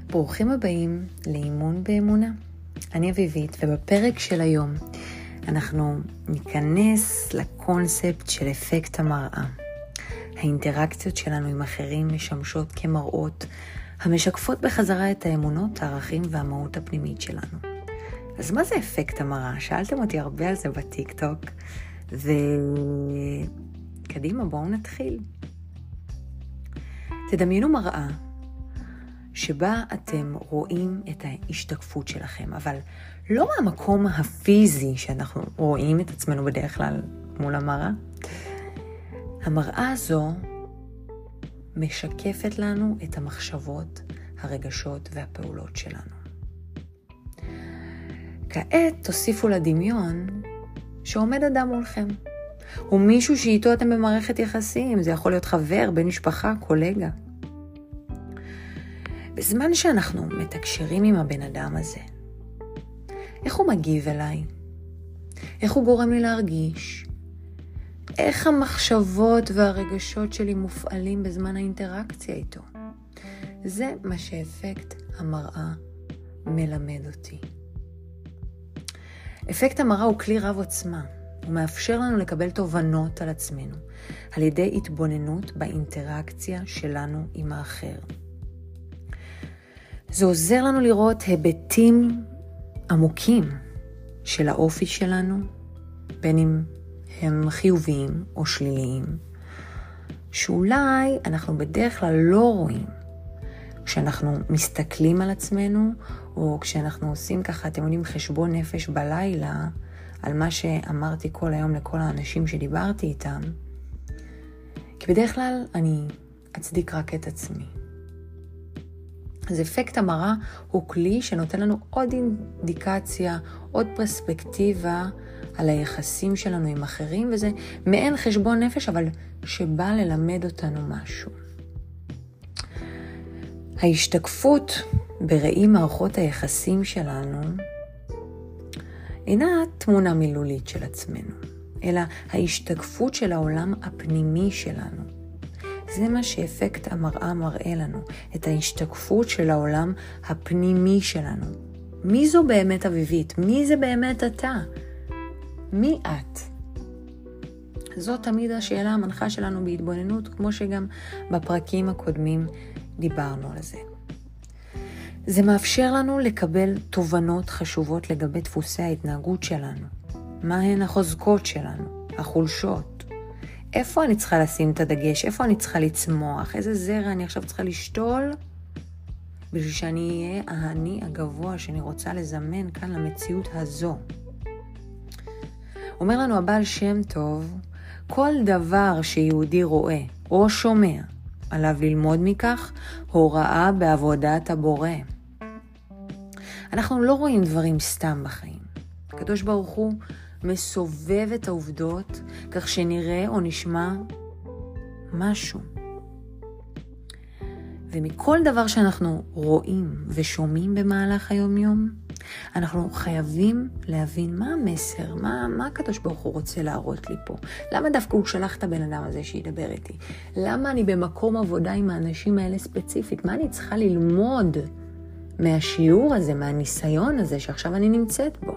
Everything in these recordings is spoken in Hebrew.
ברוכים הבאים לאימון באמונה. אני אביבית, ובפרק של היום אנחנו ניכנס לקונספט של אפקט המראה. האינטראקציות שלנו עם אחרים משמשות כמראות המשקפות בחזרה את האמונות, הערכים והמהות הפנימית שלנו. אז מה זה אפקט המראה? שאלתם אותי הרבה על זה בטיקטוק, וקדימה, בואו נתחיל. תדמיינו מראה שבה אתם רואים את ההשתקפות שלכם, אבל לא מהמקום הפיזי שאנחנו רואים את עצמנו בדרך כלל מול המראה. המראה הזו משקפת לנו את המחשבות, הרגשות והפעולות שלנו. כעת תוסיפו לדמיון שעומד אדם מולכם. הוא מישהו שאיתו אתם במערכת יחסים, זה יכול להיות חבר, בן משפחה, קולגה. בזמן שאנחנו מתקשרים עם הבן אדם הזה, איך הוא מגיב אליי? איך הוא גורם לי להרגיש? איך המחשבות והרגשות שלי מופעלים בזמן האינטראקציה איתו? זה מה שאפקט המראה מלמד אותי. אפקט המראה הוא כלי רב עוצמה. הוא מאפשר לנו לקבל תובנות על עצמנו, על ידי התבוננות באינטראקציה שלנו עם האחר. זה עוזר לנו לראות היבטים עמוקים של האופי שלנו, בין אם הם חיוביים או שליליים, שאולי אנחנו בדרך כלל לא רואים כשאנחנו מסתכלים על עצמנו, או כשאנחנו עושים ככה, אתם יודעים, חשבון נפש בלילה, על מה שאמרתי כל היום לכל האנשים שדיברתי איתם, כי בדרך כלל אני אצדיק רק את עצמי. אז אפקט המראה הוא כלי שנותן לנו עוד אינדיקציה, עוד פרספקטיבה על היחסים שלנו עם אחרים, וזה מעין חשבון נפש, אבל שבא ללמד אותנו משהו. ההשתקפות בראי מערכות היחסים שלנו אינה תמונה מילולית של עצמנו, אלא ההשתקפות של העולם הפנימי שלנו. זה מה שאפקט המראה מראה לנו, את ההשתקפות של העולם הפנימי שלנו. מי זו באמת אביבית? מי זה באמת אתה? מי את? זו תמיד השאלה המנחה שלנו בהתבוננות, כמו שגם בפרקים הקודמים דיברנו על זה. זה מאפשר לנו לקבל תובנות חשובות לגבי דפוסי ההתנהגות שלנו. מהן החוזקות שלנו, החולשות. איפה אני צריכה לשים את הדגש? איפה אני צריכה לצמוח? איזה זרע אני עכשיו צריכה לשתול? בשביל שאני אהיה האני הגבוה שאני רוצה לזמן כאן למציאות הזו. אומר לנו הבעל שם טוב, כל דבר שיהודי רואה או שומע, עליו ללמוד מכך הוראה בעבודת הבורא. אנחנו לא רואים דברים סתם בחיים. הקדוש ברוך הוא מסובב את העובדות כך שנראה או נשמע משהו. ומכל דבר שאנחנו רואים ושומעים במהלך היום-יום, אנחנו חייבים להבין מה המסר, מה הקדוש ברוך הוא רוצה להראות לי פה. למה דווקא הוא שלח את הבן אדם הזה שידבר איתי? למה אני במקום עבודה עם האנשים האלה ספציפית? מה אני צריכה ללמוד מהשיעור הזה, מהניסיון הזה שעכשיו אני נמצאת בו?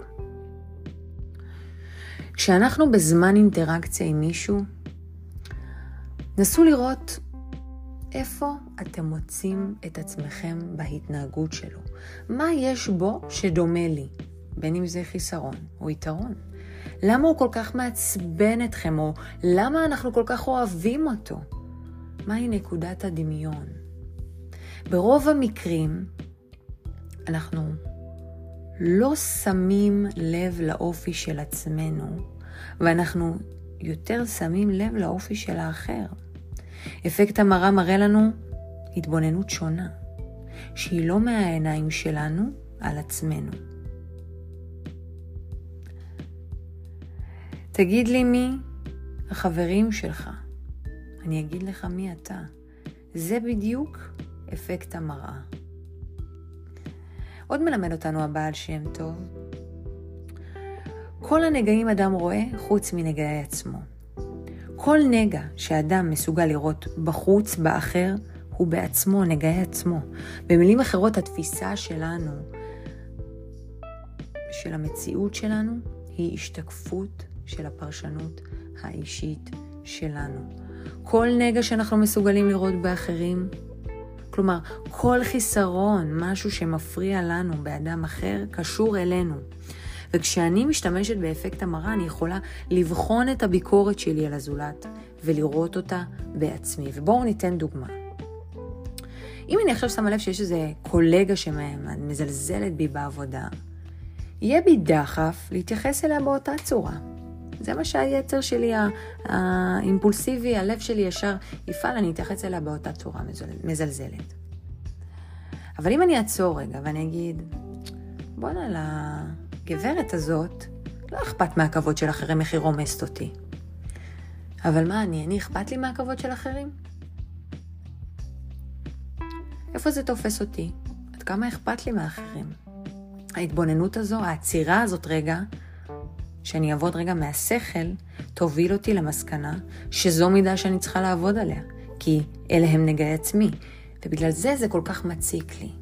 כשאנחנו בזמן אינטראקציה עם מישהו, נסו לראות איפה אתם מוצאים את עצמכם בהתנהגות שלו. מה יש בו שדומה לי? בין אם זה חיסרון או יתרון. למה הוא כל כך מעצבן אתכם? או למה אנחנו כל כך אוהבים אותו? מהי נקודת הדמיון? ברוב המקרים אנחנו לא שמים לב לאופי של עצמנו, ואנחנו יותר שמים לב לאופי של האחר. אפקט המראה מראה לנו התבוננות שונה, שהיא לא מהעיניים שלנו על עצמנו. תגיד לי מי החברים שלך, אני אגיד לך מי אתה. זה בדיוק אפקט המראה. עוד מלמד אותנו הבעל שם טוב, כל הנגעים אדם רואה חוץ מנגעי עצמו. כל נגע שאדם מסוגל לראות בחוץ, באחר, הוא בעצמו, נגע עצמו. במילים אחרות, התפיסה שלנו, של המציאות שלנו, היא השתקפות של הפרשנות האישית שלנו. כל נגע שאנחנו מסוגלים לראות באחרים, כלומר, כל חיסרון, משהו שמפריע לנו באדם אחר, קשור אלינו. וכשאני משתמשת באפקט המראה, אני יכולה לבחון את הביקורת שלי על הזולת, ולראות אותה בעצמי. ובואו ניתן דוגמה. אם אני עכשיו שמה לב שיש איזה קולגה שמזלזלת בי בעבודה, יהיה בי דחף להתייחס אליה באותה צורה. זה מה שהיצר שלי, האימפולסיבי, הלב שלי ישר יפעל, אני אתייחס אליה באותה צורה מזלזלת. אבל אם אני אעצור רגע ואני אגיד, בוא'נה, לגברת הזאת, לא אכפת מהכבוד של אחרים, איך היא רומסת אותי. אבל מה אני אכפת לי מהכבוד של אחרים? איפה זה תופס אותי? עד כמה אכפת לי מאחרים? ההתבוננות הזו, העצירה הזאת רגע, שאני אעבוד רגע מהשכל, תוביל אותי למסקנה שזו מידה שאני צריכה לעבוד עליה, כי אלה הם נגעי עצמי, ובגלל זה כל כך מציק לי.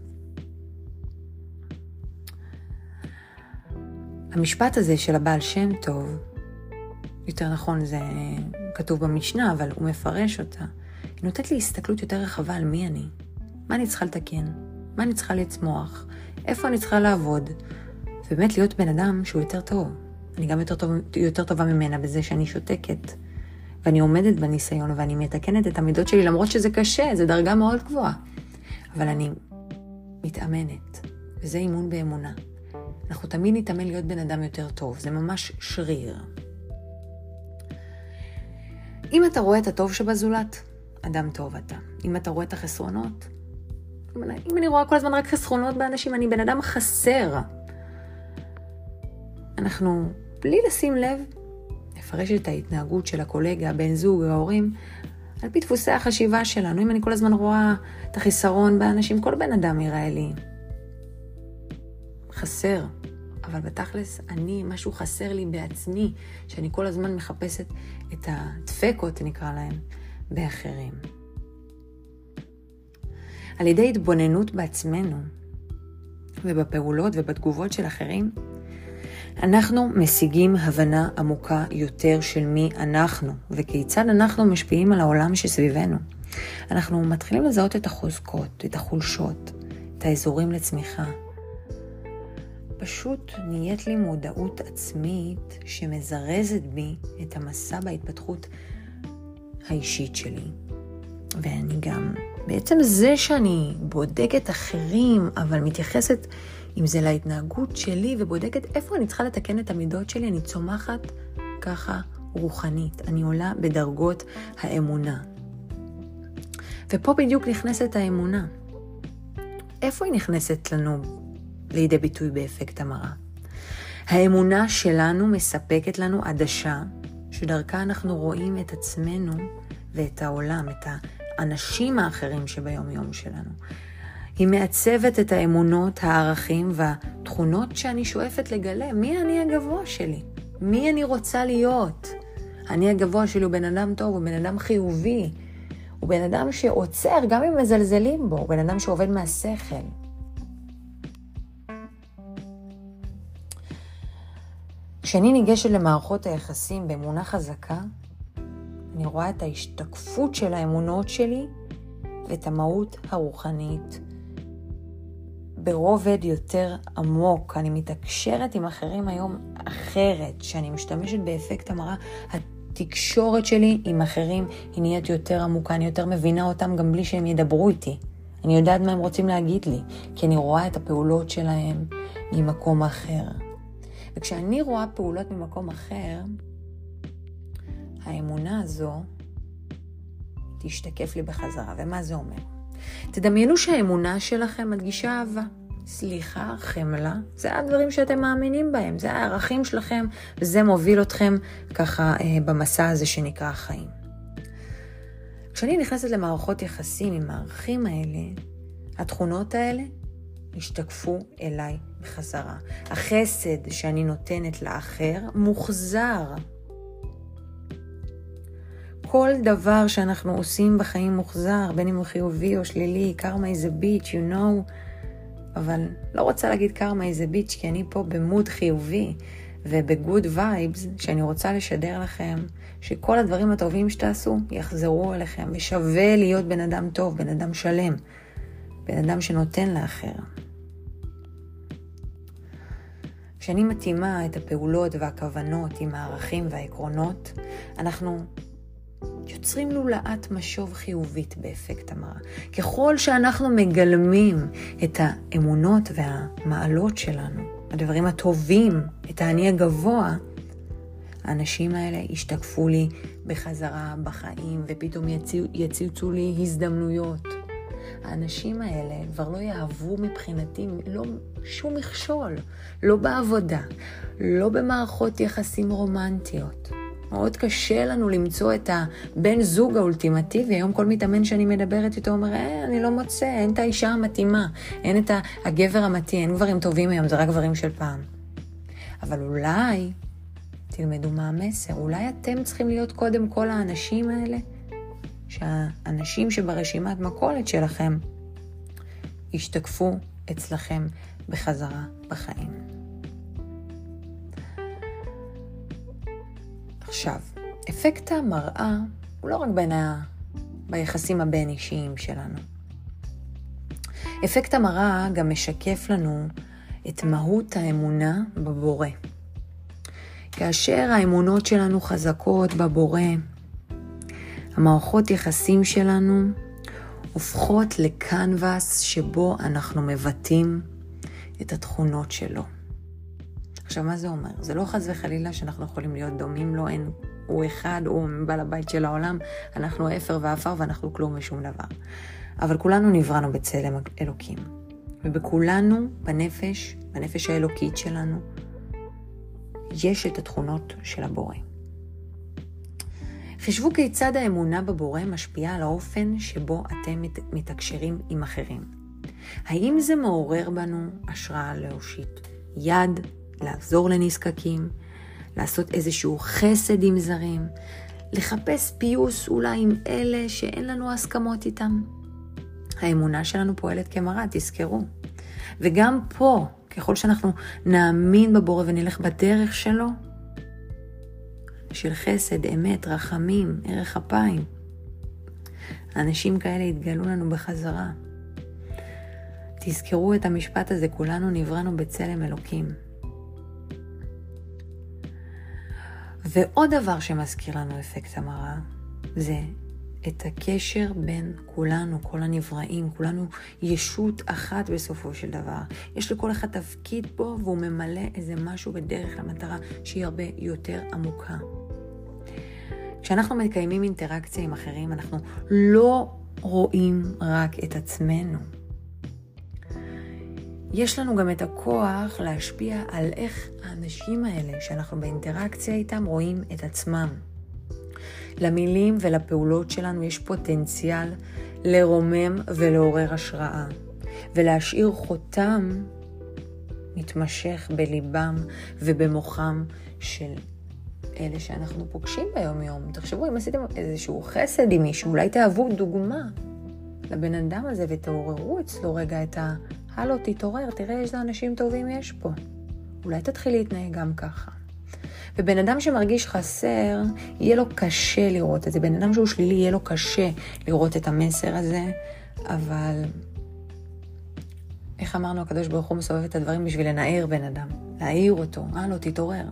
המשפט הזה של הבעל שם טוב, יותר נכון זה כתוב במשנה, אבל הוא מפרש אותה, היא נותנת לי הסתכלות יותר רחבה על מי אני, מה אני צריכה לתקן, מה אני צריכה לצמוח, איפה אני צריכה לעבוד, ובאמת להיות בן אדם שהוא יותר טוב. אני גם יותר טובה ממנה בזה שאני שותקת, ואני עומדת בניסיון, ואני מתקנת את המידות שלי, למרות שזה קשה, זה דרגה מאוד גבוהה. אבל אני מתאמנת, וזה אימון באמונה. אנחנו תמיד נתאמן להיות בן אדם יותר טוב, זה ממש שריר. אם אתה רואה את הטוב שבזולת, אדם טוב אתה. אם אתה רואה את החסרונות, אם אני רואה כל הזמן רק חסרונות באנשים, אני בן אדם חסר. אנחנו, בלי לשים לב, נפרש את ההתנהגות של הקולגה, בן זוג, ההורים, על פי דפוסי החשיבה שלנו. אם אני כל הזמן רואה את החיסרון באנשים, כל בן אדם יראה לי חסר. אבל בתכלס, משהו חסר לי בעצמי, שאני כל הזמן מחפשת את הדפקות, נקרא להם, באחרים. על ידי התבוננות בעצמנו, ובפעולות ובתגובות של אחרים, אנחנו משיגים הבנה עמוקה יותר של מי אנחנו, וכיצד אנחנו משפיעים על העולם שסביבנו. אנחנו מתחילים לזהות את החוזקות, את החולשות, את האזורים לצמיחה. פשוט נהיית לי מודעות עצמית שמזרזת בי את המסע בהתפתחות האישית שלי. ואני גם, בעצם זה שאני בודקת אחרים, אבל מתייחסת אם זה להתנהגות שלי, ובודקת איפה אני צריכה לתקן את המידות שלי, אני צומחת ככה רוחנית. אני עולה בדרגות האמונה. ופה בדיוק נכנסת האמונה. איפה היא נכנסת לנו לידי ביטוי באפקט המראה? האמונה שלנו מספקת לנו עדשה, שדרכה אנחנו רואים את עצמנו ואת העולם, את האנשים האחרים שביום יום שלנו. היא מעצבת את האמונות, הערכים והתכונות שאני שואפת לגלה. מי אני הגבוה שלי? מי אני רוצה להיות? אני הגבוה שלי הוא בן אדם טוב, הוא בן אדם חיובי, הוא בן אדם שעוצר גם אם מזלזלים בו, הוא בן אדם שעובד מהשכל. כשאני ניגשת למערכות היחסים באמונה חזקה, אני רואה את ההשתקפות של האמונות שלי ואת המהות הרוחנית ברובד יותר עמוק. אני מתקשרת עם אחרים היום אחרת, שאני משתמשת באפקט המראה. התקשורת שלי עם אחרים היא נהיית יותר עמוקה, אני יותר מבינה אותם גם בלי שהם ידברו איתי. אני יודעת מה הם רוצים להגיד לי, כי אני רואה את הפעולות שלהם ממקום אחר. וכשאני רואה פעולות ממקום אחר, האמונה הזו תשתקף לי בחזרה. ומה זה אומר? תדמיינו שהאמונה שלכם מדגישה אהבה, סליחה, חמלה. זה הדברים שאתם מאמינים בהם, זה הערכים שלכם, וזה מוביל אתכם ככה במסע הזה שנקרא החיים. כשאני נכנסת למערכות יחסים עם הערכים האלה, התכונות האלה השתקפו אליי בחזרה. החסד שאני נותנת לאחר מוחזר. כל דבר שאנחנו עושים בחיים מוחזר, בין אם הוא חיובי או שלילי, karma is a bitch, you know, אבל לא רוצה להגיד karma is a bitch, כי אני פה במוד חיובי, ובגוד וייבס, שאני רוצה לשדר לכם, שכל הדברים הטובים שתעשו יחזרו אליכם, ושווה להיות בן אדם טוב, בן אדם שלם, בן אדם שנותן לאחר. כשאני מתאימה את הפעולות והכוונות עם הערכים והעקרונות, אנחנו יוצרים לולאת משוב חיובית באפקט המראה. ככל שאנחנו מגלמים את האמונות והמעלות שלנו, הדברים הטובים, את האני הגבוה, האנשים האלה ישתקפו לי בחזרה בחיים, ופתאום יציצו לי הזדמנויות. האנשים האלה כבר לא יאהבו מבחינתי לא שום מכשול, לא בעבודה, לא במערכות יחסים רומנטיות. מאוד קשה לנו למצוא את הבן זוג האולטימטיבי. היום כל מתאמן שאני מדברת איתו אומר, אני לא מוצא, אין את האישה המתאימה, אין את הגבר המתאים, אין גברים טובים היום, זה רק גברים של פעם. אבל אולי תלמדו מה המסר, אולי אתם צריכים להיות קודם כל האנשים האלה, שהאנשים שברשימת מכולת שלכם ישתקפו אצלכם בחזרה בחיים. עכשיו, אפקט המראה הוא לא רק ביחסים הבין אישיים שלנו. אפקט המראה גם משקף לנו את מהות האמונה בבורא. כאשר האמונות שלנו חזקות בבורא, המערכות יחסים שלנו הופכות לקנבס שבו אנחנו מבטאים את התכונות שלו. עכשיו, מה זה אומר? זה לא חס וחלילה שאנחנו יכולים להיות דומים לו, אין, הוא אחד, הוא בעל הבית של העולם, אנחנו אפר ואפר ואנחנו כלום ושום דבר. אבל כולנו נבראנו בצלם אלוקים. ובכולנו, בנפש האלוקית שלנו, יש את התכונות של הבורא. חישבו כיצד האמונה בבורא משפיעה על האופן שבו אתם מתקשרים עם אחרים. האם זה מעורר בנו השראה להושיט יד, לעזור לנזקקים, לעשות איזשהו חסד עם זרים, לחפש פיוס אולי עם אלה שאין לנו הסכמות איתם? האמונה שלנו פועלת כמראה, תזכרו. וגם פה, ככל שאנחנו נאמין בבורא ונלך בדרך שלו, של חסד, אמת, רחמים, ערך אפיים, האנשים כאלה יתגלו לנו בחזרה. תזכרו את המשפט הזה, כולנו נבראנו בצלם אלוקים. ועוד דבר שמזכיר לנו אפקט המראה, זה את הקשר בין כולנו, כל הנבראים, כולנו ישות אחת בסופו של דבר. יש לכל אחד תפקיד פה, והוא ממלא איזה משהו בדרך למטרה שהיא הרבה יותר עמוקה. כשאנחנו מקיימים אינטראקציה עם אחרים, אנחנו לא רואים רק את עצמנו. יש לנו גם את הכוח להשפיע על איך האנשים האלה שאנחנו באינטראקציה איתם רואים את עצמם. למילים ולפעולות שלנו יש פוטנציאל לרומם ולעורר השראה, ולהשאיר חותם מתמשך בליבם ובמוחם של אלה שאנחנו פוגשים ביום יום. תחשבו, אם עשיתם איזשהו חסד עם מישהו, אולי תאהבו דוגמה לבן אדם הזה ותעוררו אצלו רגע את הלו, תתעורר, תראה איזה אנשים טובים יש פה. אולי תתחיל להתנהג גם ככה. ובן אדם שמרגיש חסר, יהיה לו קשה לראות את זה. בן אדם שהוא שלילי, יהיה לו קשה לראות את המסר הזה, אבל איך אמרנו, הקדוש ברוך הוא מסובב את הדברים בשביל לנער בן אדם, להעיר אותו, הלו, תתעורר.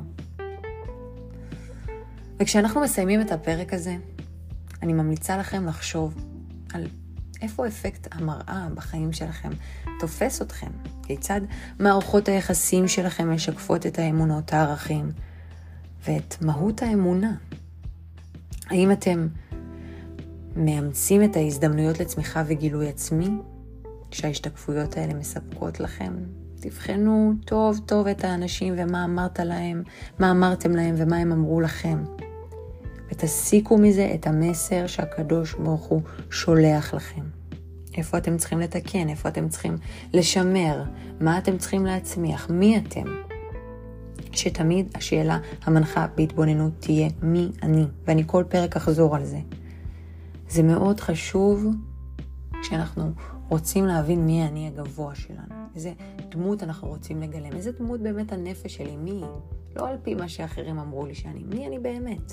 וכשאנחנו מסיימים את הפרק הזה, אני ממליצה לכם לחשוב על איפה אפקט המראה בחיים שלכם תופס אתכם, כיצד מערכות היחסים שלכם משקפות את האמונות, הערכים ואת מהות האמונה. האם אתם מאמצים את ההזדמנויות לצמיחה וגילוי עצמי שההשתקפויות האלה מספקות לכם? תבחנו טוב טוב את האנשים ומה אמרתם להם ומה הם אמרו לכם. ותסיקו מזה את המסר שהקדוש ברוך הוא שולח לכם. איפה אתם צריכים לתקן, איפה אתם צריכים לשמר, מה אתם צריכים להצמיח, מי אתם. שתמיד השאלה המנחה בהתבוננות תהיה מי אני, ואני כל פרק אחזור על זה. זה מאוד חשוב כשאנחנו רוצים להבין מי אני הגבוה שלנו. איזה דמות אנחנו רוצים לגלם, איזה דמות באמת הנפש שלי, מי? לא על פי מה שאחרים אמרו לי שאני, מי אני באמת?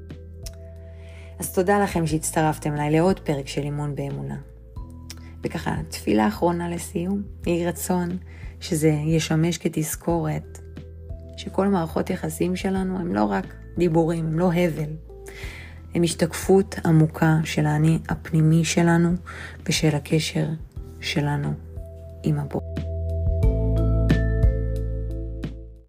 אז תודה לכם שהצטרפתם אליי לעוד פרק של אימון באמונה. וככה, תפילה אחרונה לסיום, יהי רצון שזה ישמש כתזכורת, שכל מערכות יחסים שלנו הם לא רק דיבורים, הם לא הבל. הם השתקפות עמוקה של האני הפנימי שלנו ושל הקשר שלנו עם הבורא.